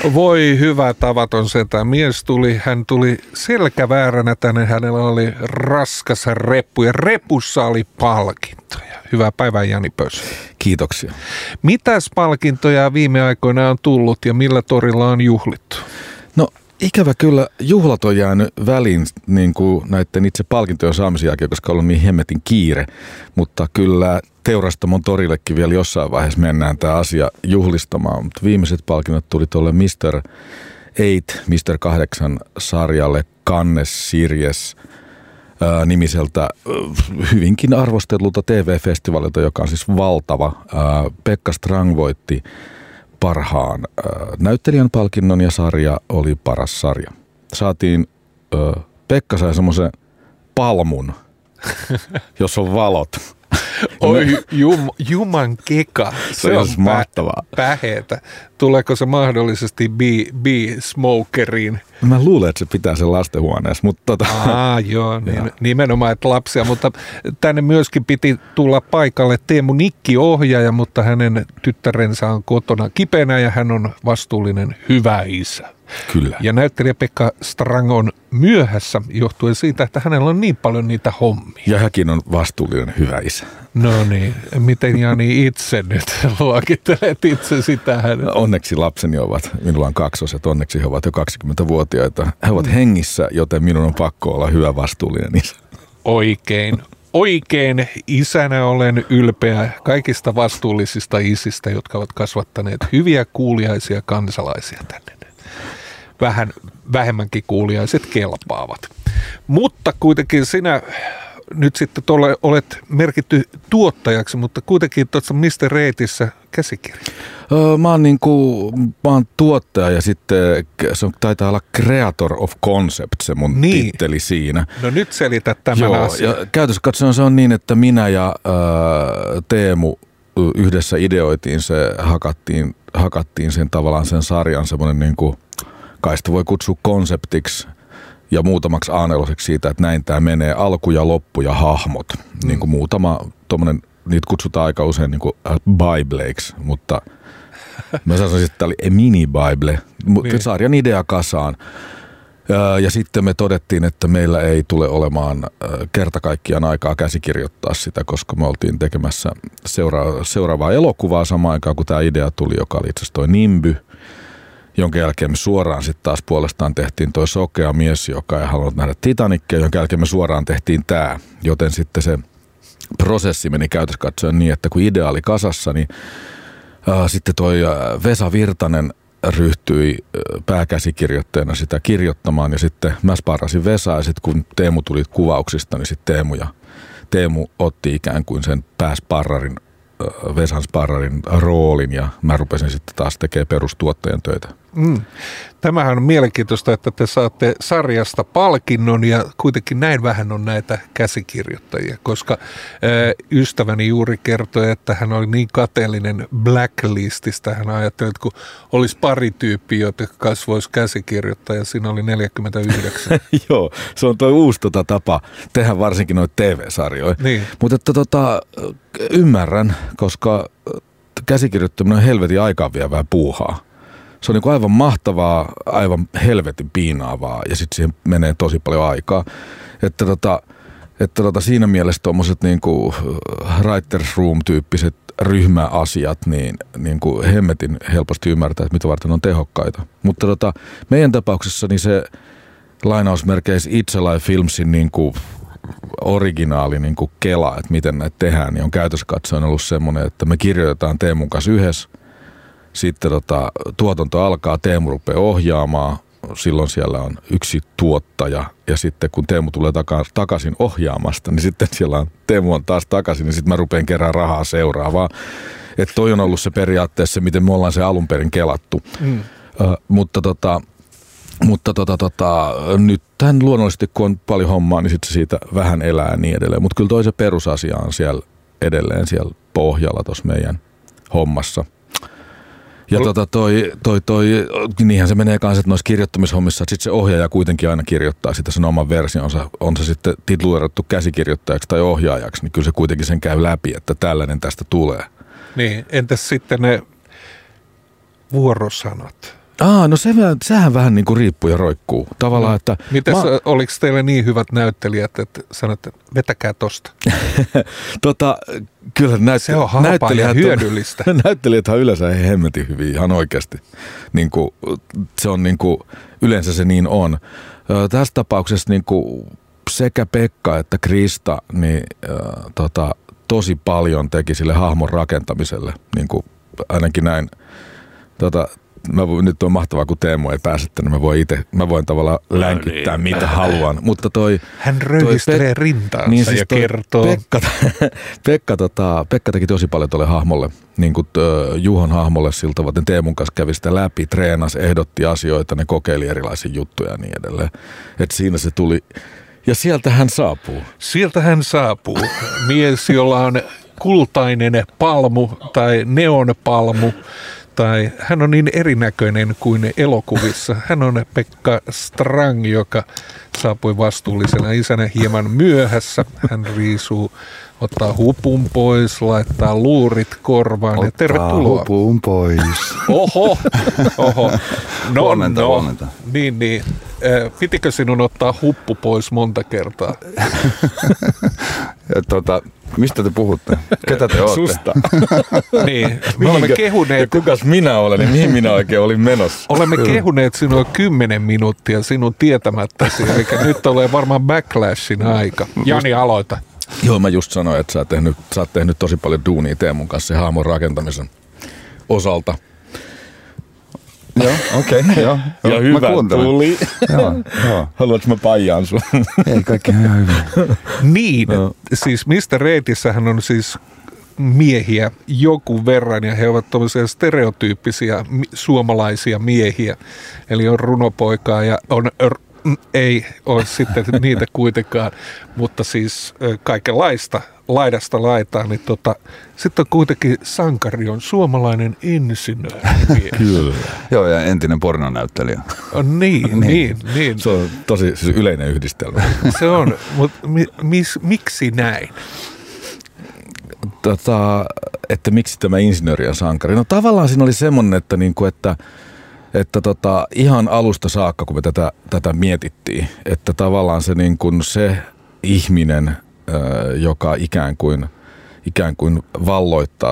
Voi hyvä tavaton setä. Hän tuli selkävääränä tänne. Hänellä oli raskas reppu ja repussa oli palkintoja. Hyvää päivää, Jani Pösö. Kiitoksia. Mitäs palkintoja viime aikoina on tullut ja millä torilla on juhlittu? No ikävä kyllä juhlat on jäänyt väliin niin kuin näiden itse palkintojen saamisen jälkeen, koska on niin hemmetin kiire. Mutta kyllä Teurastamon torillekin vielä jossain vaiheessa mennään tämä asia juhlistamaan. Mutta viimeiset palkinnot tuli tuolle Mr. 8 sarjalle Cannes Series nimiseltä hyvinkin arvostelulta TV-festivaalilta, joka on siis valtava. Pekka Strang voitti parhaan näyttelijän palkinnon ja sarja oli paras sarja. Pekka sai semmoisen palmun, jos on valot. Oi juman keka, se on mahtavaa. Päheetä. Tuleeko se mahdollisesti smokereen? Mä luulen, että se pitää sen lastenhuoneessa. Mutta joo, nimenomaan, että lapsia. Mutta tänne myöskin piti tulla paikalle Teemu Nikki, ohjaaja, mutta hänen tyttärensä on kotona kipeänä ja hän on vastuullinen hyvä isä. Kyllä. Ja näyttelijä Pekka Strang on myöhässä johtuen siitä, että hänellä on niin paljon niitä hommia. Ja hänkin on vastuullinen hyvä isä. No niin, miten Jani itse nyt luokittelet itsesi tähän? Onneksi lapseni minulla on kaksoset, onneksi he ovat jo 20-vuotiaita. He ovat hengissä, joten minun on pakko olla hyvä vastuullinen isä. Oikein isänä olen ylpeä kaikista vastuullisista isistä, jotka ovat kasvattaneet hyviä kuuliaisia kansalaisia tänne. Vähän vähemmänkin kuuliaiset kelpaavat. Mutta kuitenkin sinä nyt sitten olet merkitty tuottajaksi, mutta kuitenkin tuossa Mr. Reitissä käsikirja. Mä oon tuottaja ja sitten se taitaa olla Creator of Concept se mun titteli siinä. No nyt selitä tämän asian. Ja käytössä katsoen se on niin, että minä ja Teemu yhdessä ideoitiin se, hakattiin sen tavallaan sen sarjan semmoinen niin kuin kai sitä voi kutsua konseptiksi ja muutamaksi aaneloseksi siitä, että näin tämä menee, alku ja loppu ja hahmot. Niin kuin muutama tommonen, niitä kutsutaan aika usein niin kuin bibleiksi, mutta mä sanoisin, että tämä oli mini-bible, mutta sarjan idea kasaan. Ja sitten me todettiin, että meillä ei tule olemaan kerta kaikkiaan aikaa käsikirjoittaa sitä, koska me oltiin tekemässä seuraavaa elokuvaa samaan aikaan, kun tämä idea tuli, joka oli itse asiassa toi Nimby, jonka jälkeen me suoraan sitten taas puolestaan tehtiin toi Sokea mies, joka ei halunnut nähdä Titanicia, jonka jälkeen me suoraan tehtiin tämä. Joten sitten se prosessi meni käytössä katsoen niin, että kun idea oli kasassa, niin sitten toi Vesa Virtanen ryhtyi pääkäsikirjoittajana sitä kirjoittamaan ja sitten mä sparrasin Vesaa ja sitten kun Teemu tuli kuvauksista, niin sitten Teemu otti ikään kuin sen pääsparrarin, Vesan sparrarin roolin ja mä rupesin sitten taas tekemään perustuottajan töitä. Tämähän on mielenkiintoista, että te saatte sarjasta palkinnon ja kuitenkin näin vähän on näitä käsikirjoittajia, koska ystäväni juuri kertoi, että hän oli niin kateellinen Blacklististä. Hän ajatteli, että kun olisi pari tyyppiä, jotka kasvoisi käsikirjoittaja, siinä oli 49. Joo, se on tuo uusi tapa tehdä varsinkin noita TV-sarjoja. Niin. Mutta ymmärrän, koska käsikirjoittaminen on helvetin aikaa vievää puuhaa. Se on niin kuin aivan mahtavaa, aivan helvetin piinaavaa ja sitten siihen menee tosi paljon aikaa. Että siinä mielessä tuommoiset niin kuin writers room-tyyppiset ryhmäasiat, niin kuin hemmetin helposti ymmärtää, että mitä varten on tehokkaita. Mutta meidän tapauksessa niin se lainausmerkeissä It's Alive Filmsin niin kuin originaali niin kuin kela, että miten näitä tehdään, niin on käytössä katsoen ollut semmoinen, että me kirjoitetaan Teemun kanssa yhdessä. Sitten tuotanto alkaa, Teemu rupeaa ohjaamaan, silloin siellä on yksi tuottaja ja sitten kun Teemu tulee takaisin ohjaamasta, niin sitten siellä on Teemu on taas takaisin ja sitten mä rupean kerään rahaa seuraavaan. Että toi on ollut se periaatteessa, miten me ollaan se alun perin kelattu. Mutta nyt tämän luonnollisesti, kun on paljon hommaa, niin sitten siitä vähän elää ja niin edelleen. Mutta kyllä toi se perusasia on siellä edelleen siellä pohjalla tuossa meidän hommassa. Ja niinhän se menee kanssa, että noissa kirjoittamishommissa, että sitten se ohjaaja kuitenkin aina kirjoittaa sitä sen oman versionsa, on se sitten tituleerattu käsikirjoittajaksi tai ohjaajaksi, niin kyllä se kuitenkin sen käy läpi, että tällainen tästä tulee. Niin, entäs sitten ne vuorosanat? No sehän vähän niin kuin riippuu ja roikkuu. Tavallaan, että... Oliko teille niin hyvät näyttelijät, että sanotte, vetäkää tosta? Kyllä se on halpaa ja hyödyllistä. Näyttelijät on yleensä hemmetin hyviä, ihan oikeasti. Niin kuin, se on niin kuin, yleensä se niin on. Tässä tapauksessa niin kuin sekä Pekka että Krista niin, tosi paljon teki sille hahmon rakentamiselle. Niin kuin, ainakin näin. Nyt on mahtavaa, kun Teemu ei pääse tänne. Mä voin tavallaan länkittää mitä haluan. Mutta hän röyhistelee rintaansa niin siis ja kertoo. Pekka teki tosi paljon tuolle hahmolle. Niin kuin Juhon hahmolle siltä, että Teemun kanssa kävi sitä läpi, treenasi, ehdotti asioita, ne kokeili erilaisia juttuja ja niin edelleen. Että siinä se tuli. Ja sieltä hän saapuu. Sieltä hän saapuu. Mies, jolla on kultainen palmu tai neonpalmu. Tai hän on niin erinäköinen kuin elokuvissa. Hän on Pekka Strang, joka saapui vastuullisena isänä hieman myöhässä. Hän riisuu, ottaa hupun pois, laittaa luurit korvaan ja tervetuloa. Ottaa hupun pois. Oho. Huomenta. Niin. Pitikö sinun ottaa huppu pois monta kertaa? Mistä te puhutte? Ketä te olette? Susta. Niin, me olemme kehuneet. Ja kukas minä olen, niin mihin minä oikein olin menossa? Olemme kehuneet sinua 10 minuuttia sinun tietämättäsi, eli nyt tulee varmaan backlashin aika. Jani, aloita. Joo, mä just sanoin, että sä oot tehnyt tosi paljon duunia Teemun kanssa se hahmon rakentamisen osalta. Joo, okei. Joo. Ja hyvä tuli. Joo. Haluatko mä paijaan sun? Ei, kaikki on ihan hyvin. Niin, siis Mr. Reitissähän on siis miehiä joku verran ja he ovat tommoisia stereotyyppisiä suomalaisia miehiä. Eli on runopoikaa ja ei ole sitten niitä kuitenkaan, mutta siis kaikenlaista laidasta laitaan, niin sitten on kuitenkin sankari on suomalainen insinööri. Kyllä. Joo, ja entinen pornonäyttelijä. Niin. Se on tosi siis yleinen yhdistelmä. Se on, mutta miksi näin? Että miksi tämä insinööri ja sankari? No tavallaan siinä oli semmoinen, että ihan alusta saakka, kun me tätä mietittiin, että tavallaan se, niin kuin se ihminen, joka ikään kuin valloittaa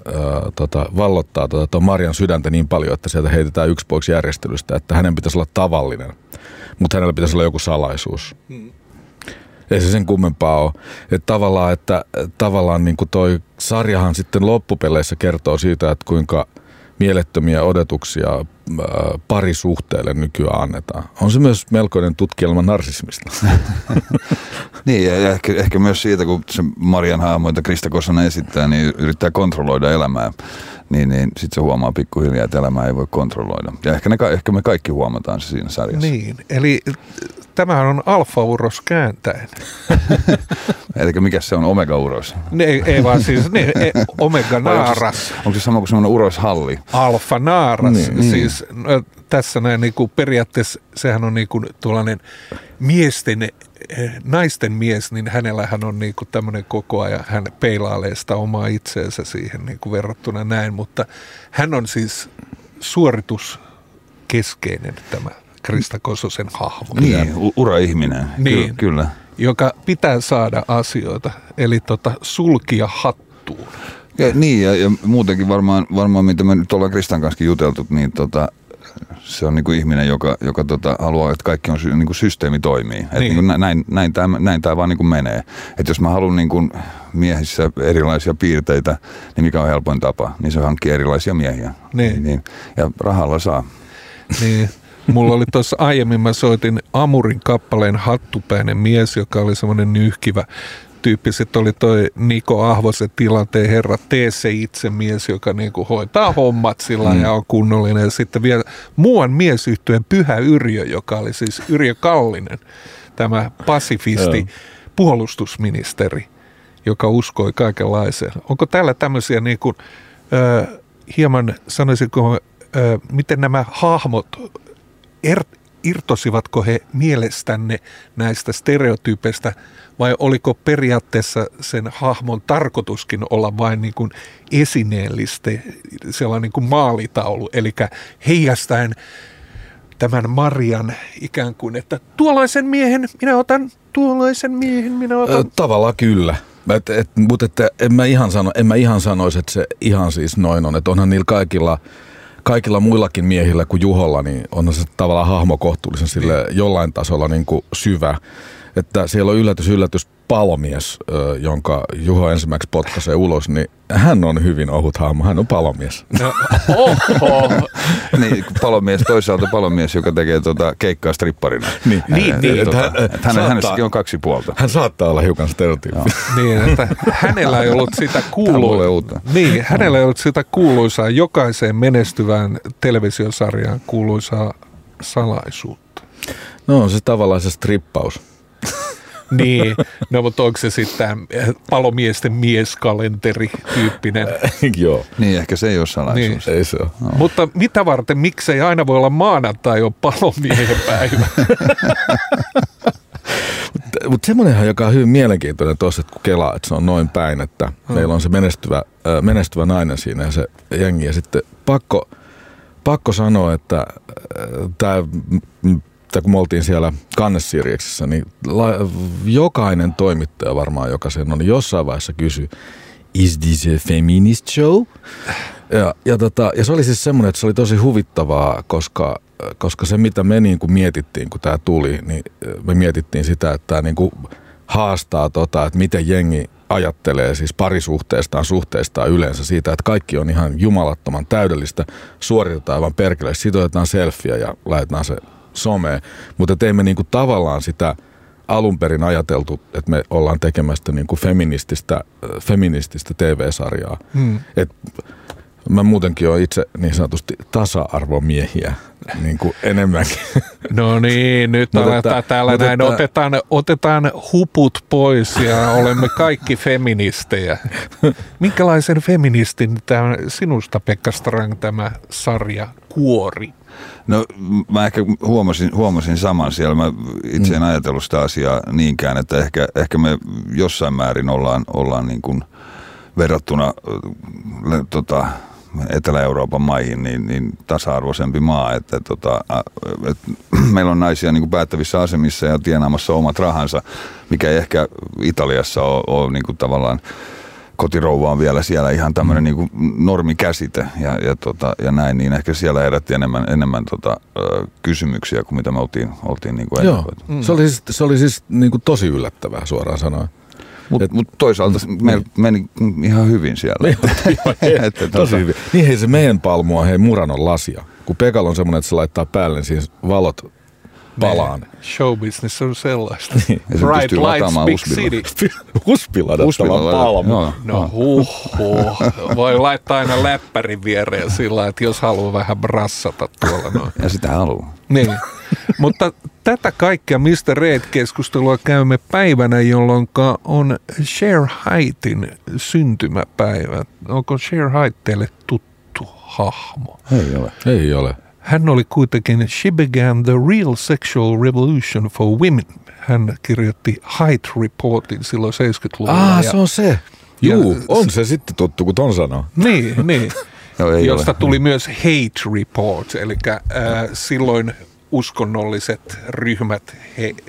tuon Marian sydäntä niin paljon, että sieltä heitetään yksi pois järjestelystä, että hänen pitäisi olla tavallinen, mutta hänellä pitäisi olla joku salaisuus. Ei se sen kummempaa ole. Että tavallaan niin kuin toi sarjahan sitten loppupeleissä kertoo siitä, että kuinka mielettömiä odotuksia parisuhteelle nykyään annetaan. On se myös melkoinen tutkielma narsismista. Niin, ja ehkä myös siitä, kun se Marian hahmo, jota Krista Kosonen esittää, niin yrittää kontrolloida elämää. Niin sitten se huomaa pikkuhiljaa, että elämää ei voi kontrolloida. Ja ehkä me kaikki huomataan se siinä sarjassa. Niin, eli tämähän on alfa-uros kääntäen. Eli mikä se on, omega-uros? Ei vaan siis omega-naaras. Onko se sama kuin semmoinen uroshalli? Alfa-naaras. Niin. Siis tässä näin niin kuin periaatteessa sehän on niin kuin tuollainen naisten mies, niin hänellähän on niin kuin tämmöinen koko ajan, hän peilailee sitä omaa itseensä siihen niin kuin verrattuna näin, mutta hän on siis suorituskeskeinen tämä Krista Kososen hahmo. Niin, ura-ihminen, niin, kyllä. Joka pitää saada asioita, eli sulkia hattuun. Ja muutenkin varmaan mitä me nyt ollaan Kristan kanssa juteltu, niin se on niin kuin ihminen, joka haluaa, että kaikki on niin kuin systeemi toimii. Että niin kuin näin tämä vaan niin kuin menee. Että jos mä haluan niin kuin miehissä erilaisia piirteitä, niin mikä on helpoin tapa, niin se hankkia erilaisia miehiä. Niin. Ja rahalla saa. Niin. Mulla oli tuossa aiemmin, mä soitin Amurin kappaleen Hattupäinen mies, joka oli semmoinen nyhkivä tyyppi. Sitten oli toi Niko Ahvosen Tilanteen herra, tee se itse mies, joka niinku hoitaa hommat sillä ja on kunnollinen. Ja sitten vielä muuan miesyhtyeen Pyhä Yrjö, joka oli siis Yrjö Kallinen, tämä pasifisti puolustusministeri, joka uskoi kaikenlaiseen. Onko täällä tämmöisiä niinku, hieman, sanoisinko, miten nämä hahmot irtosivatko he mielestänne näistä stereotyypeistä vai oliko periaatteessa sen hahmon tarkoituskin olla vain niin kuin esineellistä, sellainen niin kuin maalitaulu, eli heijastaen tämän Marian ikään kuin, että tuollaisen miehen minä otan, tuollaisen miehen minä otan. Tavallaan kyllä. Mutta en mä ihan sanoisi, että se ihan siis noin on. Että onhan niillä kaikilla muillakin miehillä kuin Juholla, niin onhan se tavallaan hahmo kohtuullisen sille jollain tasolla niin kuin syvä. Että siellä on yllätys palomies, jonka Juho ensimmäiseksi potkaisee ulos, niin hän on hyvin ohut hahmo, hän on palomies. No, oho! Niin, toisaalta palomies, joka tekee keikkaa stripparina. Niin. Hänessäkin on 2 puolta. Hän saattaa olla hiukan stereotyyppi. Niin, että hänellä ei ollut sitä hänellä ei ollut sitä kuuluisaa, jokaiseen menestyvään televisiosarjaan kuuluisaa salaisuutta. No on se tavallaan se strippaus. Niin, no mutta onko se sitten palomiesten mieskalenteri-tyyppinen? Joo. Niin, ehkä se ei ole salaisuus. Niin. Ei se ole. No. Mutta mitä varten, miksei aina voi olla maanantai on palomiehen päivä? Mutta semmoinenhan, joka on hyvin mielenkiintoinen tuossa, että kun kelaa, että se on noin päin, että meillä on se menestyvä nainen siinä ja se jengi. Ja sitten pakko sanoa, että kun me oltiin siellä Cannes-sirjeksessä, niin jokainen toimittaja varmaan, joka sen on, niin jossain vaiheessa kysyi, is this a feminist show? Ja se oli siis semmoinen, että se oli tosi huvittavaa, koska se mitä me niin kuin mietittiin, kun tämä tuli, niin me mietittiin sitä, että tämä niin kuin haastaa että miten jengi ajattelee siis suhteistaan yleensä siitä, että kaikki on ihan jumalattoman täydellistä, suoritetaan aivan perkele, sitotetaan selfieä ja laitetaan se someen, mutta ei me niinku tavallaan sitä alun perin ajateltu, että me ollaan tekemästä niinku feminististä TV-sarjaa. Et mä muutenkin olen itse niin sanotusti tasa-arvomiehiä niin kuin enemmänkin. No niin, nyt täällä näin otetaan huput pois ja olemme kaikki feministejä. Minkälaisen feministin tämä sinusta, Pekka Strang, tämä sarja kuori? No mä ehkä huomasin saman siellä. Mä itse en ajatellut sitä asiaa niinkään, että ehkä me jossain määrin ollaan niin kuin verrattuna Etelä-Euroopan maihin niin tasa-arvoisempi maa, että meillä on naisia niin kuin päättävissä asemissa ja tienaamassa omat rahansa, mikä ei ehkä Italiassa ole niin kuin tavallaan kotirouva on vielä siellä ihan tämmöinen niin kuin normikäsite ja näin, niin ehkä siellä herätti enemmän kysymyksiä kuin mitä me oltiin niin kuin ennakoitu. Se oli siis niin kuin tosi yllättävää suoraan sanoen. Mutta toisaalta meni ihan hyvin siellä. Tosi hyvin. Niin hei, se meidän palmu on Muranon lasia. Kun Pekalla on semmoinen, että se laittaa päälle, niin siis valot palaan. Showbusiness on sellaista. Bright lights, big city. Uspiladattava palmu. No voi laittaa aina läppärin viereen sillä, että jos haluaa vähän brassata tuolla noin. Ja sitä haluaa. Niin. Mutta tätä kaikkea Mr. Red-keskustelua käymme päivänä, jolloin on Sher Haitin syntymäpäivä. Onko Sher Haidt teille tuttu hahmo? Ei ole. Hän oli kuitenkin She Began the Real Sexual Revolution for Women. Hän kirjoitti Height Reportin silloin 70-luvulla. Se on se. Juu, on se sitten tuttu, kun ton sanoo. Niin. Josta tuli myös Hate Report, eli silloin uskonnolliset ryhmät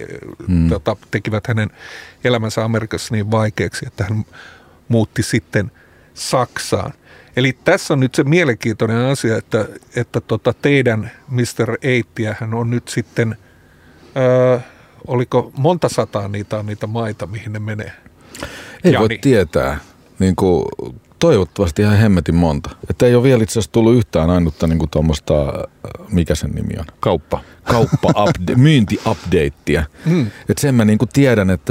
tekivät hänen elämänsä Amerikassa niin vaikeaksi, että hän muutti sitten Saksaan. Eli tässä on nyt se mielenkiintoinen asia, että teidän Mr. Eittiähän on nyt sitten, oliko monta sataa niitä maita, mihin ne menee? Ei voi tietää. Niin kuin, toivottavasti ihan hemmetin monta. Että ei ole vielä itse asiassa tullut yhtään ainutta niin kuin tuommoista, mikä sen nimi on? Kauppa myynti-updatea. Että sen mä niin kuin tiedän, että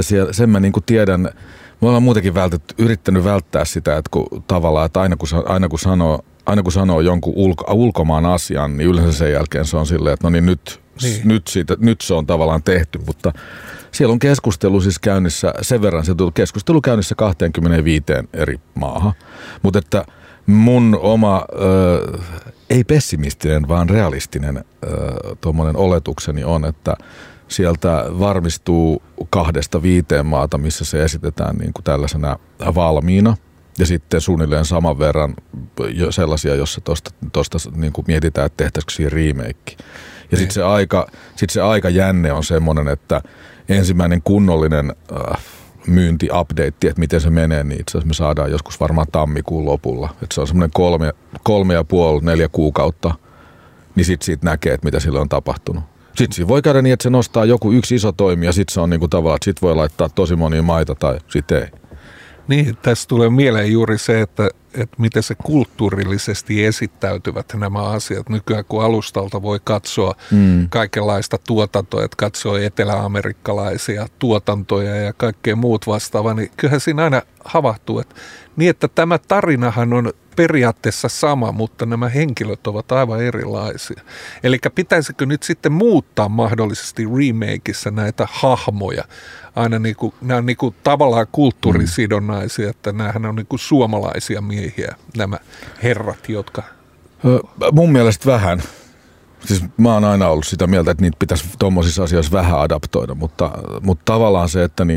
me ollaan muutenkin yrittänyt välttää sitä, että kun tavallaan, että aina kun sanoo jonkun ulkomaan asian, niin yleensä sen jälkeen se on silleen, että no niin nyt se on tavallaan tehty, mutta siellä on keskustelu siis käynnissä, sen verran se on keskustelu käynnissä 25 eri maahan, mutta että Mun oma, ei pessimistinen, vaan realistinen tuommoinen oletukseni on, että sieltä varmistuu 2-5 maata, missä se esitetään niin kuin tällaisena valmiina. Ja sitten suunnilleen saman verran sellaisia, jossa tuosta niin kuin mietitään, että tehtäisikö siihen remake. Ja sitten se aikajänne on semmoinen, että ensimmäinen kunnollinen myynti-update, että miten se menee, niin itse asiassa me saadaan joskus varmaan tammikuun lopulla. Että se on semmoinen 3,5-4 kuukautta, niin sitten siitä näkee, että mitä sille on tapahtunut. Sitten siinä voi käydä niin, että se nostaa joku yksi iso toimi ja sitten se on niinku tavallaan, että sitten voi laittaa tosi monia maita tai sitten ei. Niin, tässä tulee mieleen juuri se, että miten se kulttuurillisesti esittäytyvät nämä asiat. Nykyään kun alustalta voi katsoa kaikenlaista tuotantoa, että katsoo eteläamerikkalaisia tuotantoja ja kaikkea muut vastaavaa, niin kyllähän siinä aina havahtuu, että tämä tarinahan on periaatteessa sama, mutta nämä henkilöt ovat aivan erilaisia. Eli pitäisikö nyt sitten muuttaa mahdollisesti remakeissa näitä hahmoja? Aina nämä on tavallaan kulttuurisidonnaisia, että näähän on suomalaisia miehiä, nämä herrat, jotka... Mun mielestä vähän. Siis mä oon aina ollut sitä mieltä, että niitä pitäisi tuommoisissa asioissa vähän adaptoida, mutta tavallaan se, että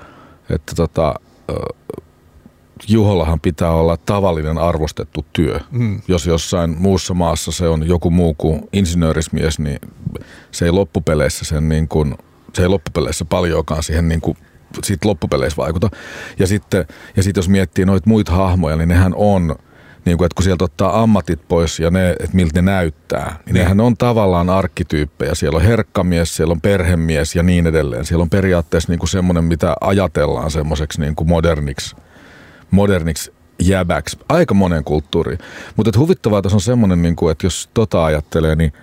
Juhollahan pitää olla tavallinen arvostettu työ. Jos jossain muussa maassa se on joku muu kuin insinöörismies, niin se ei loppupeleissä paljonkaan siihen siitä loppupeleissä vaikuta. Ja sitten jos miettii noita muita hahmoja, niin nehän on, että kun sieltä ottaa ammatit pois ja ne, että miltä ne näyttää, niin nehän on tavallaan arkkityyppejä. Siellä on herkkamies, siellä on perhemies ja niin edelleen. Siellä on periaatteessa semmoinen, mitä ajatellaan semmoiseksi moderniksi jäbäksi, aika monen kulttuuriin. Mutta huvittavaa tässä on semmoinen, että jos ajattelee, niin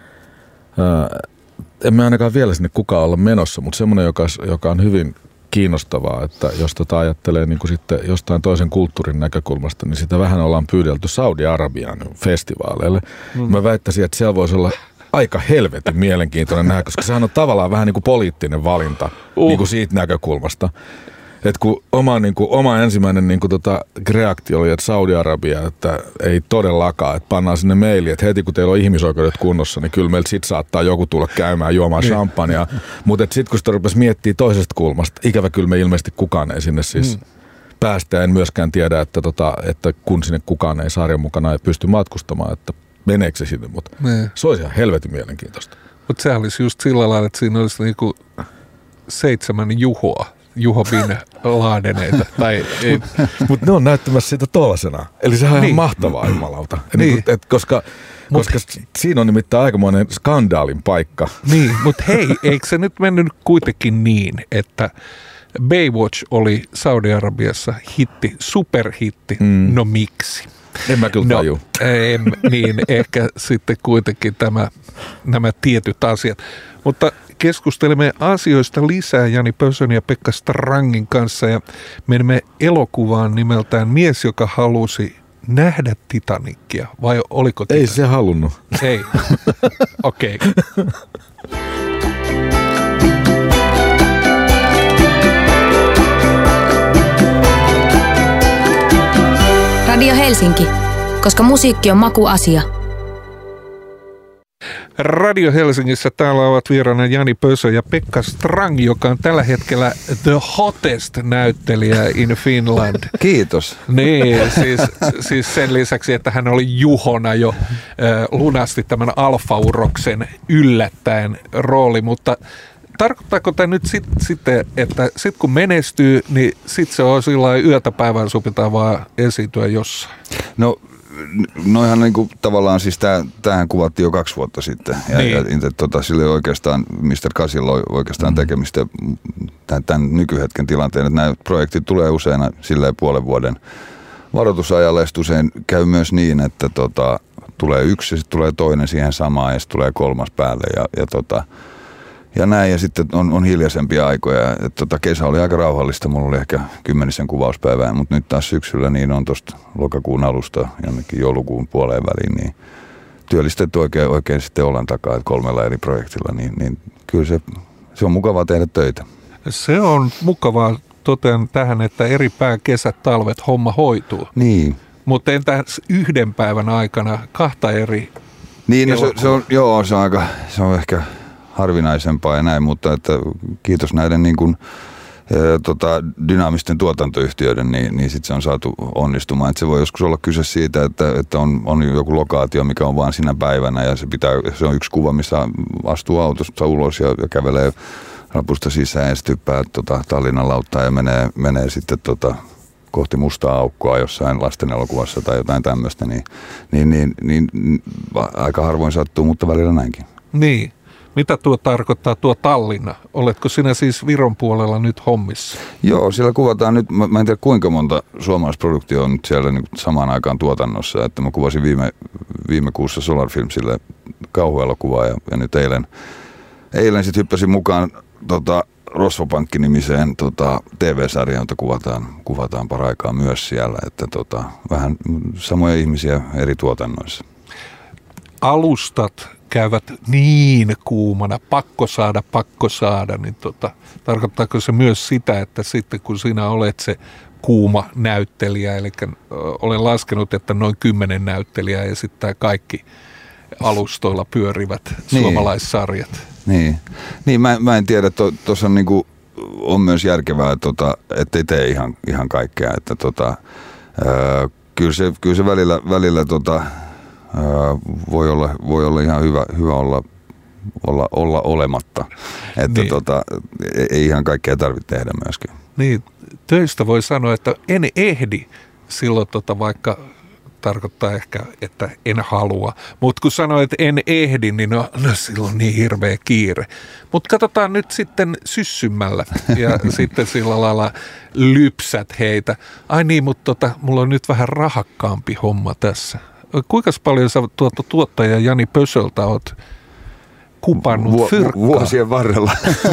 en mä ainakaan vielä sinne kukaan olla menossa, mutta semmoinen, joka on hyvin kiinnostavaa, että jos ajattelee sitten jostain toisen kulttuurin näkökulmasta, niin sitä vähän ollaan pyydelty Saudi-Arabian festivaaleille. Mä väittäisin, että siellä voisi olla aika helvetin mielenkiintoinen nähdä, koska sehän on tavallaan vähän poliittinen valinta siitä näkökulmasta. Että kun oma ensimmäinen reaktio oli, että Saudi-Arabia, että ei todellakaan, että pannaan sinne maili, että heti kun teillä on ihmisoikeudet kunnossa, niin kyllä meiltä sitten saattaa joku tulla käymään juomaan champagnea. Mutta sitten kun sitä rupesi miettimään toisesta kulmasta, ikävä kyllä me ilmeisesti kukaan ei sinne siis päästä. En myöskään tiedä, että kun sinne kukaan ei sarjan mukana ei pysty matkustamaan, että meneekö se sinne, mutta se olisi ihan helvetin mielenkiintoista. Mutta sehän olisi just sillä lailla, että siinä olisi 7 Juhoa. Juho Bin Ladeneita. Mutta ne on näyttämässä sitä tollasena. Eli sehän on ihan mahtavaa, jumalauta. Koska siinä on nimittäin aikamoinen skandaalin paikka. Niin, mutta hei, eikö se nyt mennyt kuitenkin niin, että Baywatch oli Saudi-Arabiassa hitti, superhitti, no miksi? En mä kyllä taju. Niin, ehkä sitten kuitenkin nämä tietyt asiat. Mutta keskustelemme asioista lisää Jani Pösön ja Pekka Strangin kanssa ja menemme elokuvaan nimeltään Mies, joka halusi nähdä Titanicia. Vai oliko Titanic? Ei se halunnut. Ei. Okei. Radio Helsinki, koska musiikki on makuasia. Radio Helsingissä täällä ovat vieraana Jani Pösö ja Pekka Strang, joka on tällä hetkellä the hottest näyttelijä in Finland. Kiitos. Niin, siis sen lisäksi, että hän oli Juhona jo lunasti tämän alfauroksen yllättäen rooli, mutta tarkoittaako tämä nyt sitten, että sitten kun menestyy, niin sitten se on sillä lailla yötä päivän supitaan vaan esiintyä jossain? No noihan tavallaan siis tämähän kuvattiin jo 2 vuotta sitten. Ja sillä ei oikeastaan, Mr. Kasilla on oikeastaan tekemistä tämän nykyhetken tilanteen, että nämä projektit tulee usein silleen puolen vuoden varoitusajalla, ja usein käy myös niin, että tulee yksi ja sitten tulee toinen siihen samaan ja sitten tulee 3. päälle ja näin, ja sitten on hiljaisempia aikoja. Kesä oli aika rauhallista, mulla oli ehkä 10 kuvauspäivää, mutta nyt taas syksyllä niin on tuosta lokakuun alusta jonnekin joulukuun puoleen väliin, niin työllistetty oikein sitten olan takaa, että 3 eri projektilla, niin kyllä se on mukavaa tehdä töitä. Se on mukavaa, totean tähän, että eri kesät, talvet, homma hoituu. Niin. Mutta entäs yhden päivän aikana 2 eri Niin, se on ehkä harvinaisempaa ja näin, mutta että kiitos näiden niin kuin, dynaamisten tuotantoyhtiöiden, niin sitten se on saatu onnistumaan. Että se voi joskus olla kyse siitä, että on joku lokaatio, mikä on vaan sinä päivänä ja se on yksi kuva, missä astuu autosta ulos ja kävelee rapusta sisään ja sitten hyppää Tallinnan lauttaa ja menee sitten kohti mustaa aukkoa jossain lasten elokuvassa tai jotain tämmöistä, niin aika harvoin sattuu, mutta välillä näinkin. Niin. Mitä tuo tarkoittaa tuo Tallinna? Oletko sinä siis Viron puolella nyt hommissa? Joo, siellä kuvataan nyt, mä en tiedä kuinka monta suomalaisproduktia on nyt siellä niin samaan aikaan tuotannossa, että mä kuvasin viime kuussa Solar Filmsille kauhuelokuvaa ja nyt eilen sitten hyppäsin mukaan Rosvopankki-nimiseen TV-sarjaan, jota kuvataan paraikaa myös siellä, että vähän samoja ihmisiä eri tuotannoissa. Alustat käyvät niin kuumana, pakko saada, niin tarkoittaako se myös sitä, että sitten kun sinä olet se kuuma näyttelijä, eli olen laskenut, että noin 10 näyttelijää ja sitten tämä kaikki alustoilla pyörivät suomalaissarjat. Niin mä en tiedä, tuossa on, niinku, on myös järkevää, ettei tee ihan kaikkea, että kyllä se välillä voi olla ihan hyvä olla olematta, että niin. Ei ihan kaikkea tarvitse tehdä myöskään. Niin, töistä voi sanoa, että en ehdi silloin vaikka tarkoittaa ehkä, että en halua. Mutta kun sanoit, että en ehdi, niin no silloin niin hirveä kiire. Mutta katsotaan nyt sitten syssymmällä ja sitten sillä lailla lypsät heitä. Ai niin, mutta mulla on nyt vähän rahakkaampi homma tässä. Kuinka paljon sä tuottaja Jani Pösöltä oot kupannut fyrkkaa? Vuosien varrella.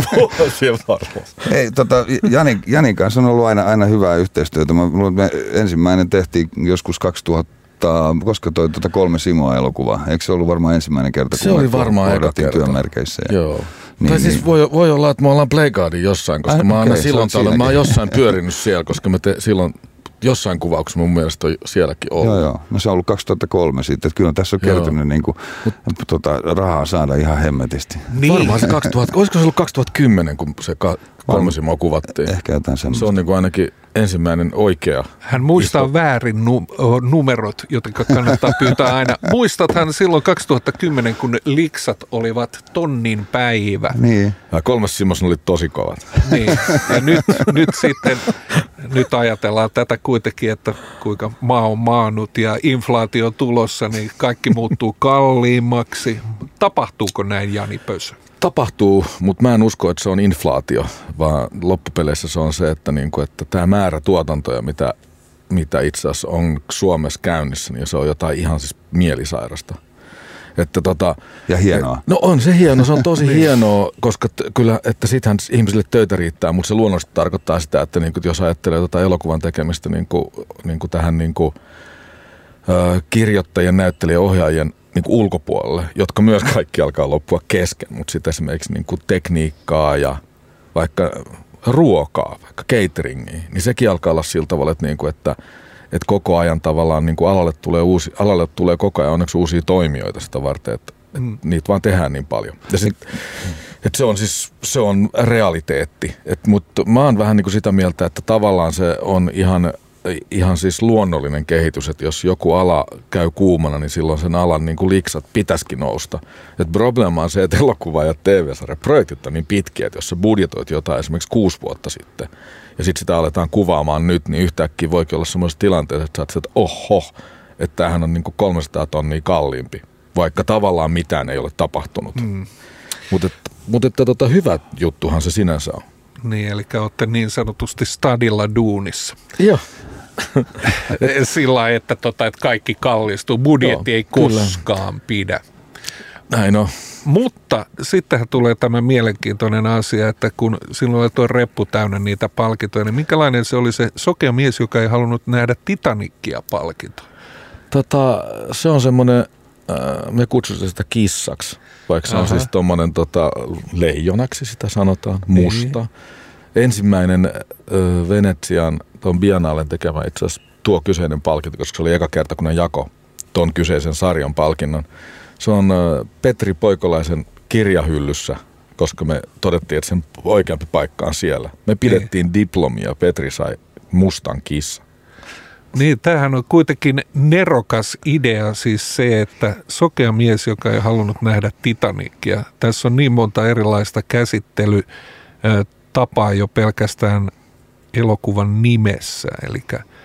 Ei, Janin kanssa on ollut aina hyvää yhteistyötä. Me ensimmäinen tehtiin joskus 2000, koska toi 3 Simoa-elokuvaa. Eikö se ollut varmaan ensimmäinen kerta? Se oli varmaan eka kerta. Työmerkeissä. Joo. Tai siis voi olla, että me ollaan Playguardin jossain, koska mä aina silloin mä oon jossain pyörinyt siellä, koska me silloin jossain kuvauksessa mun mielestä on sielläkin ollut. Joo. No se on ollut 2003 sitten, että kyllä tässä on kertynyt niinku, rahaa saada ihan hemmetisti. Niin. Varmaan se 2000, olisiko se ollut 2010, kun se 3 Simoa kuvattiin? Ehkä jotain semmoista. Se on niinku ainakin ensimmäinen oikea. Hän muistaa väärin numerot, joten kannattaa pyytää aina. Muistathan silloin 2010, kun liksat olivat tonnin päivä. Niin. Ja 3 Simos oli tosi kovat. Niin, ja nyt sitten, nyt ajatellaan tätä kuitenkin, että kuinka maa on maannut ja inflaatio tulossa, niin kaikki muuttuu kalliimmaksi. Tapahtuuko näin, Jani Pösö? Tapahtuu, mutta mä en usko, että se on inflaatio, vaan loppupeleissä se on se, että tämä määrä tuotantoja, mitä itse asiassa on Suomessa käynnissä, niin se on jotain ihan siis mielisairasta. Että ja hienoa. No on se hieno, se on tosi hienoa, koska kyllä, että sittenhän ihmisille töitä riittää, mutta se luonnollisesti tarkoittaa sitä, että jos ajattelee elokuvan tekemistä tähän kirjoittajien, näyttelijän, ohjaajien ulkopuolelle, jotka myös kaikki alkaa loppua kesken, mutta sitten esimerkiksi tekniikkaa ja vaikka ruokaa, vaikka cateringia, niin sekin alkaa olla sillä tavalla, että koko ajan tavallaan alalle tulee koko ajan onneksi uusia toimijoita sitä varten, että niitä vaan tehdään niin paljon. Ja se on realiteetti. Mutta mä oon vähän sitä mieltä, että tavallaan se on ihan siis luonnollinen kehitys, että jos joku ala käy kuumana, niin silloin sen alan liksat pitäisikin nousta. Et probleema on se, että elokuva- ja TV-sarjaprojektit on niin pitkiä, että jos sä budjetoit jotain esimerkiksi 6 vuotta sitten, ja sitten sitä aletaan kuvaamaan nyt, niin yhtäkkiä voikin olla semmoisessa tilanteessa, että sä oot, että tämähän on 300 tonnia kalliimpi, vaikka tavallaan mitään ei ole tapahtunut. Mutta hyvä juttuhan se sinänsä on. Niin, eli olette niin sanotusti stadilla duunissa. Joo. Sillä lailla, että kaikki kallistuu. Budjetti ei koskaan pidä. Näin on. Mutta sittenhän tulee tämä mielenkiintoinen asia, että kun sinulla oli tuo reppu täynnä niitä palkintoja, niin minkälainen se oli se sokea mies, joka ei halunnut nähdä Titanicia -palkintoa? Se on semmoinen, me kutsutaan sitä kissaksi, vaikka se on siis tommonen leijonaksi sitä sanotaan, musta. Ensimmäinen Venetsian tuon Biennalen tekemä itse asiassa tuo kyseinen palkinto, koska se oli eka kerta, kun ne jako ton kyseisen sarjan palkinnon. Se on Petri Poikolaisen kirjahyllyssä, koska me todettiin, että sen oikeampi paikka on siellä. Me pidettiin diplomia, Petri sai mustan kissan. Niin, tämähän on kuitenkin nerokas idea, siis se, että sokea mies, joka ei halunnut nähdä Titanicia. Tässä on niin monta erilaista käsittelytapaa jo pelkästään elokuvan nimessä, eli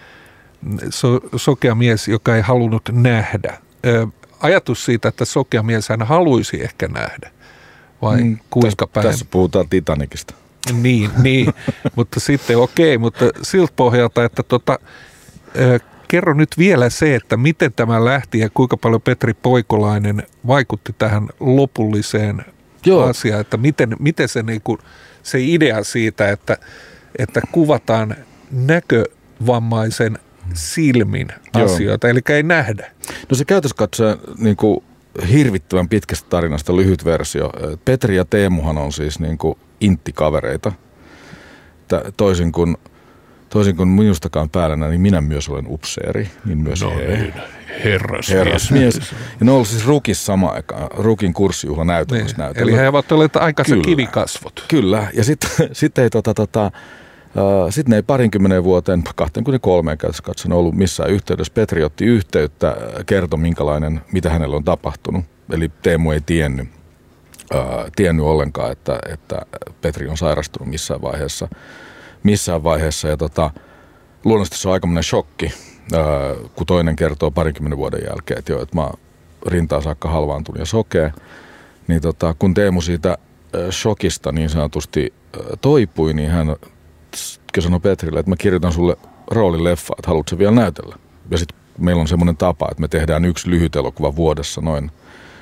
sokea mies, joka ei halunnut nähdä. Ajatus siitä, että sokea mies hän haluaisi ehkä nähdä, vai kuinka päin? Tässä puhutaan Titanicista. Niin, mutta sitten mutta siltä pohjalta, että kerro nyt vielä se, että miten tämä lähti ja kuinka paljon Petri Poikolainen vaikutti tähän lopulliseen asiaan, että miten se, se idea siitä, että kuvataan näkövammaisen silmin asioita, eli ei nähdä. No se käytössä katsoen niin kuin hirvittävän pitkästä tarinasta lyhyt versio. Petri ja Teemuhan on siis niin kuin inttikavereita. Toisin kuin minustakaan päällänä, niin minä myös olen upseeri, niin myös herrasmies. Ja ne on ollut siis Rukissa samaan aikaan, Rukin kurssijuhla näytelmässä. Eli he ovat olleet aikansa kivikasvot. Kyllä, ja sitten ne ei 20 vuoteen, 23 käytössä katson ollut missään yhteydessä. Petri otti yhteyttä, kertoi mitä hänelle on tapahtunut. Eli Teemu ei tiennyt ollenkaan, että Petri on sairastunut missään vaiheessa. Ja luonnollisesti se on aikamoinen shokki, kun toinen kertoo 20 vuoden jälkeen, että mä oon rintaan saakka halvaantunut ja sokea. Niin kun Teemu siitä shokista niin sanotusti toipui, niin hän sanoi Petrille, että mä kirjoitan sulle roolin leffaa, että haluatko vielä näytellä. Ja sitten meillä on semmoinen tapa, että me tehdään yksi lyhyt elokuva vuodessa noin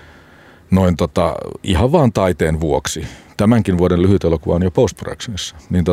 ihan vaan taiteen vuoksi. Tämänkin vuoden lyhyt elokuva on jo post-productionissa.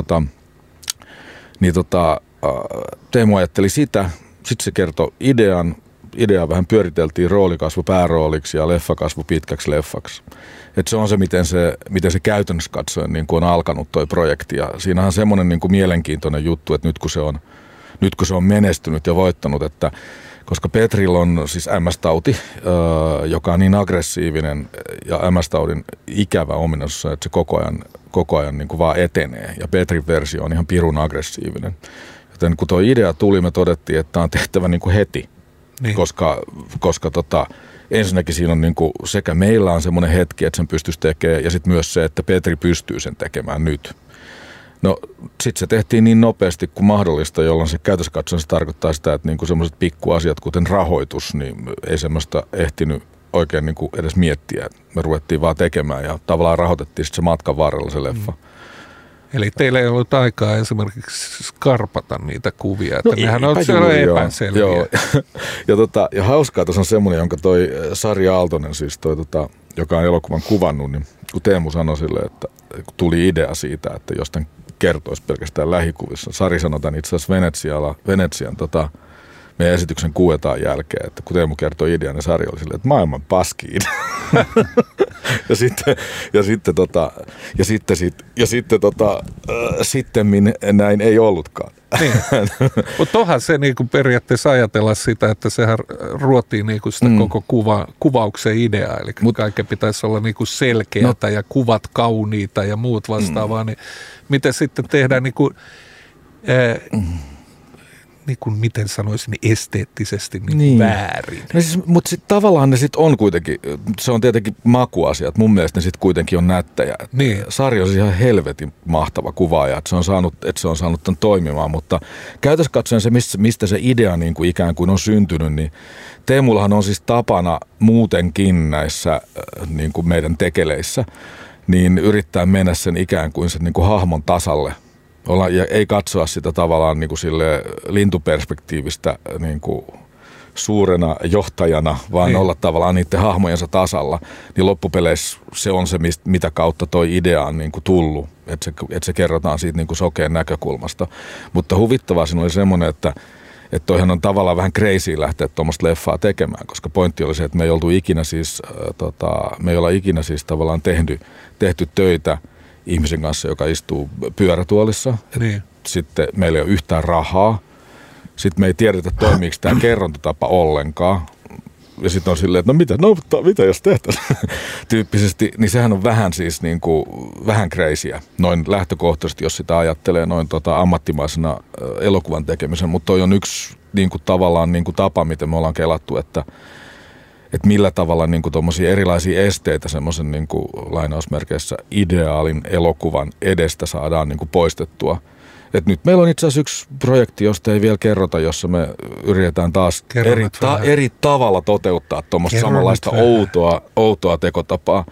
Teemu ajatteli sitä, sitten se kertoi ideaa vähän pyöriteltiin roolikasvu päärooliksi ja leffakasvu pitkäksi leffaksi. Et se on se, miten se käytännössä katsoen niin kuin on alkanut toi projekti. Ja siinähän on semmoinen niin kuin mielenkiintoinen juttu, että nyt kun se on menestynyt ja voittanut, että koska Petrillä on siis MS-tauti, joka on niin aggressiivinen ja MS-taudin ikävä ominaisuus, että se koko ajan niin kuin vaan etenee. Ja Petrin versio on ihan pirun aggressiivinen. Joten kun tuo idea tuli, me todettiin, että tämä on tehtävä niin kuin heti. Niin. Koska ensinnäkin siinä on niin kuin, sekä meillä on semmoinen hetki, että sen pystyisi tekemään, ja sitten myös se, että Petri pystyy sen tekemään nyt. No sitten se tehtiin niin nopeasti kuin mahdollista, jolloin se käytössä katsoen se tarkoittaa sitä, että niinku semmoiset pikkuasiat, kuten rahoitus, niin ei semmoista ehtinyt oikein niinku edes miettiä. Me ruvettiin vaan tekemään ja tavallaan rahoitettiin sitten se matkan varrella se leffa. Eli teillä ei ollut aikaa esimerkiksi skarpata niitä kuvia, että nehän on siellä epäselviä. Joo. Ja hauskaa tässä on semmoinen, jonka toi Sari Aaltonen, siis joka on elokuvan kuvannut, niin kun Teemu sanoi sille, että kun tuli idea siitä, että jos tämän kertoisi pelkästään lähikuvissa. Sari sanoi tämän itse asiassa Venetsian meidän esityksen kuuetaan jälkeen, että kun Teemu kertoi idean, niin Sari oli silleen, että maailman paski idea. Sitten näin ei ollutkaan. Niin. Mutta onhan se niinku periaatteessa ajatella sitä, että sehän ruotii niinku sitä koko kuvauksen ideaa. Eli kaiken pitäisi olla niinku selkeätä ja kuvat kauniita ja muut vastaavaa. Niin miten sitten tehdään miten sanoisin, esteettisesti väärin. No siis, mutta sitten tavallaan ne sitten on kuitenkin, se on tietenkin makuasiat. Mun mielestä ne sitten kuitenkin on nättäjä. Niin. Sari on siis ihan helvetin mahtava kuvaaja, että se on saanut tämän toimimaan, mutta käytössä katsoen se, mistä se idea niin kuin ikään kuin on syntynyt, niin Teemullahan on siis tapana muutenkin näissä niin kuin meidän tekeleissä, niin yrittää mennä sen ikään kuin sen niin kuin hahmon tasalle. Ja ei katsoa sitä tavallaan niin kuin sille lintuperspektiivistä niin kuin suurena johtajana, vaan olla tavallaan niiden hahmojensa tasalla. Niin loppupeleissä se on se, mitä kautta toi idea on niin kuin tullut, että se kerrotaan siitä niin kuin sokeen näkökulmasta. Mutta huvittavaa siinä oli semmoinen, että toihan on tavallaan vähän crazy lähteä tuommoista leffaa tekemään, koska pointti oli se, että me ei oltu ikinä siis tavallaan tehty töitä ihmisen kanssa, joka istuu pyörätuolissa. Niin. Sitten meillä ei ole yhtään rahaa. Sitten me ei tiedetä, toimiiko tämä kerrontatapa ollenkaan. Ja sitten on silleen, että mitä jos tehtäisiin tyyppisesti, niin sehän on vähän siis niin kuin, vähän crazyä noin lähtökohtaisesti, jos sitä ajattelee noin ammattimaisena elokuvan tekemisen, mutta toi on yksi niin kuin, tavallaan niin kuin tapa, miten me ollaan kelattu, että millä tavalla niin kuin tommosia erilaisia esteitä semmoisen niin kuin lainausmerkeissä ideaalin elokuvan edestä saadaan niin kuin poistettua. Et nyt meillä on itse asiassa yksi projekti, josta ei vielä kerrota, jossa me yritetään taas eri tavalla toteuttaa tuommoista samanlaista outoa tekotapaa.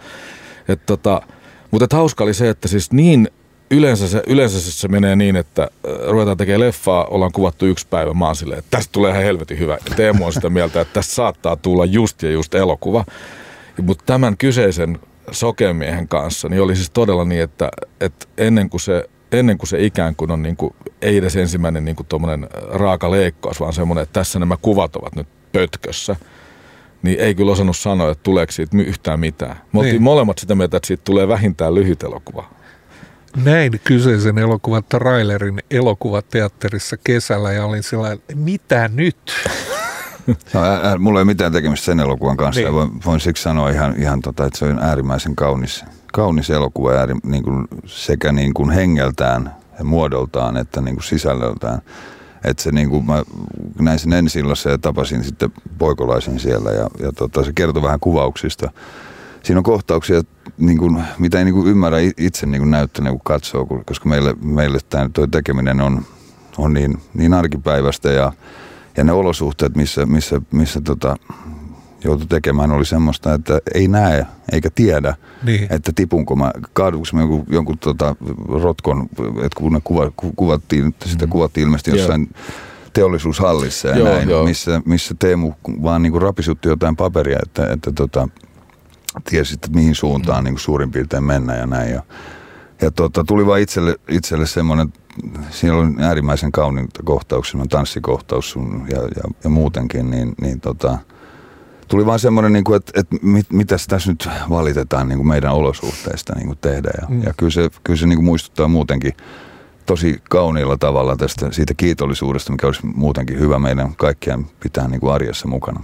Mutta hauska oli se, että siis niin yleensä se menee niin, että ruvetaan tekemään leffaa, ollaan kuvattu 1 päivä, mä oon silleen, että tästä tulee ihan helvetin hyvä. Ja Teemu on sitä mieltä, että tästä saattaa tulla just elokuva. Mutta tämän kyseisen Sokemiehen kanssa niin oli siis todella niin, että ennen kuin se ikään kuin on niin kuin, ei edes ensimmäinen niin kuin tuommoinen raaka leikkaus, vaan semmoinen, että tässä nämä kuvat ovat nyt pötkössä, niin ei kyllä osannut sanoa, että tuleeko siitä yhtään mitään. Me oltiin molemmat sitä mieltä, että siitä tulee vähintään lyhyt elokuva. Näin kyseisen elokuvan trailerin elokuvateatterissa kesällä ja olin sellainen, mitä nyt? No, mulla ei ole mitään tekemistä sen elokuvan kanssa. Niin. Voin siksi sanoa ihan että se on äärimmäisen kaunis elokuva niin kuin sekä niin kuin hengeltään ja muodoltaan että niin kuin sisällöltään. Että se niin kuin mä näin sen ensi-illassa ja tapasin sitten poikolaisen siellä ja se kertoi vähän kuvauksista. Siinä on kohtauksia, niin kuin, mitä ei niin kuin ymmärrä itse niin kuin näyttäneen, kun katsoo, koska meille tuo tekeminen on niin arkipäivästä ja ne olosuhteet, missä joutui tekemään, oli semmoista, että ei näe eikä tiedä, että tipunko mä, kaaduinko mä jonkun rotkon, että kun ne kuvattiin ilmeisesti jossain teollisuushallissa ja näin, missä Teemu vaan niin kuin rapisutti jotain paperia, että tiesi, että mihin suuntaan niin kuin suurin piirtein mennä ja näin. Ja tuli vaan itselle semmoinen, siinä oli äärimmäisen kauniita kohtauksia, tanssikohtaus ja muutenkin, niin tuli vaan semmoinen, niin kuin, että mitäs tässä nyt valitetaan niin kuin meidän olosuhteista niin kuin tehdä. Ja kyllä se niin kuin muistuttaa muutenkin tosi kauniilla tavalla siitä kiitollisuudesta, mikä olisi muutenkin hyvä meidän kaikkien pitää niin kuin arjessa mukana.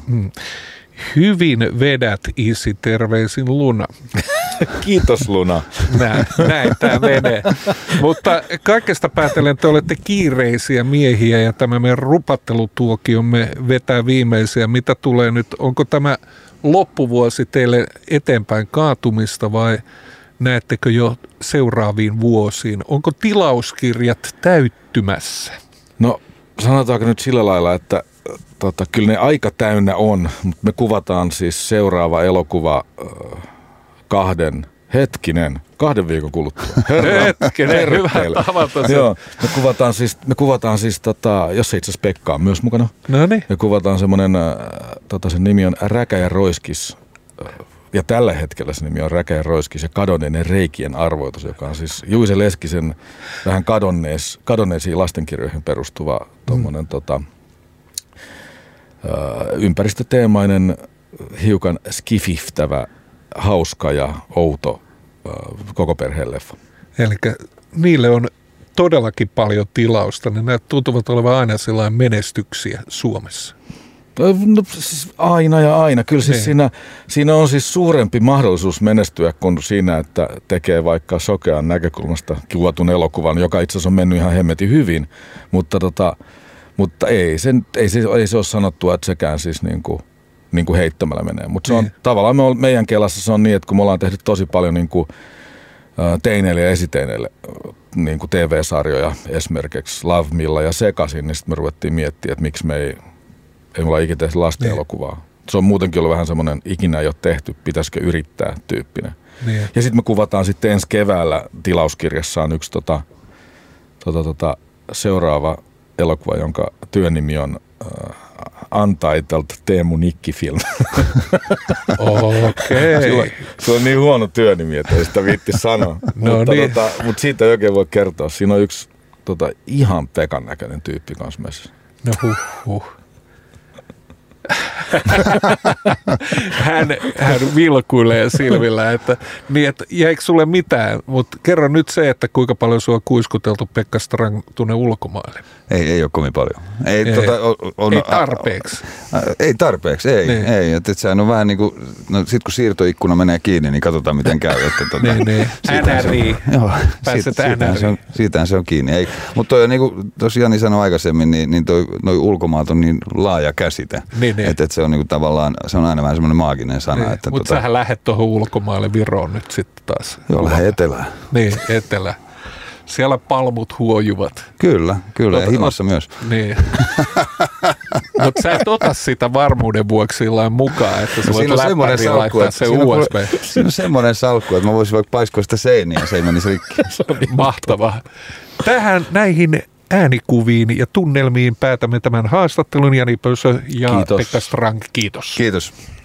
Hyvin vedät, isi, terveisin Luna. Kiitos Luna. Näin tämä menee. Mutta kaikesta päätellen te olette kiireisiä miehiä ja tämä meidän rupattelutuokiomme vetää viimeisiä. Mitä tulee nyt, onko tämä loppuvuosi teille eteenpäin kaatumista vai näettekö jo seuraaviin vuosiin? Onko tilauskirjat täyttymässä? No sanotaanko nyt sillä lailla, että kyllä ne aika täynnä on, mutta me kuvataan siis seuraava elokuva 2 viikon kuluttua. Hetkinen, hyvä tavata se. Joo, me kuvataan siis jos se itse asiassa Pekka on myös mukana. Noniin. Me kuvataan semmoinen, sen nimi on Räkä ja Roiskis. Ja tällä hetkellä se nimi on Räkä ja Roiskis ja kadonneiden reikien arvoitus, joka on siis Juise Leskisen vähän kadonneisiin lastenkirjoihin perustuva tommonen ympäristöteemainen, hiukan skififtävä, hauska ja outo koko perheen leffa. Eli niille on todellakin paljon tilausta, niin nämä tuntuvat olevan aina sellainen menestyksiä Suomessa. No siis aina. Kyllä siis siinä on siis suurempi mahdollisuus menestyä kuin siinä, että tekee vaikka sokean näkökulmasta kuvatun elokuvan, joka itse asiassa on mennyt ihan hemmetin hyvin, mutta ei se ole sanottua, että sekään siis niin kuin heittämällä menee. Mutta se on tavallaan meidän kelassa se on niin, että kun me ollaan tehty tosi paljon niin kuin teineille ja esiteineille niin kuin TV-sarjoja, esimerkiksi Love Milla ja Sekaisin, niin sitten me ruvettiin miettimään, että miksi me ei mulla ikinä tehty lasten elokuvaa. Se on muutenkin ollut vähän semmoinen, ikinä ei ole tehty, pitäisikö yrittää tyyppinen. Niin. Ja sitten me kuvataan sitten ensi keväällä tilauskirjassaan yksi seuraava elokuva, jonka työnimi on Untitled Teemu Nikki-film. Okei. Se on niin huono työnimi, että ei sitä viitti sanoa. Mutta siitä ei oikein voi kertoa. Siinä on yksi ihan Pekan näköinen tyyppi kanssa messissä. No huh. hän vilkuilee silmillä, että jäikö sulle mitään, mutta kerro nyt se, että kuinka paljon sua on kuiskuteltu Pekka Strand tuonne ulkomaille. Ei ole kovin paljon. Ei tarpeeksi. Ei tarpeeksi, ei. Niin. Ei. Että sehän on vähän niin kuin, no sit kun siirtoikkuna menee kiinni, niin katsotaan miten käy. Niin. NRI. Joo, Pääset siitähän se on kiinni. Mutta toi on niin kuin tuossa Jani sanoi aikaisemmin, niin noi ulkomaat on niin laaja käsite. Niin. Että se on niin kuin tavallaan, se on aina vähän semmoinen maaginen sana. Niin. Mutta sähän lähdet tuohon ulkomaille Viroon nyt sitten taas. Joo, lähden etelään. Niin, etelä. Siellä palmut huojuvat. Kyllä, ja himassa myös. Niin. Mutta sä et ota sitä varmuuden vuoksi sillain mukaan, että sä voit läppäriin laittaa se USB. Siinä on semmoinen salkku, että mä voisin vaikka paiskoa sitä seiniä, se ei menisi rikki. Mahtavaa. Näihin äänikuviin ja tunnelmiin päätämme tämän haastattelun. Jani Pöysö ja Kiitos. Pekka Strand, kiitos. Kiitos.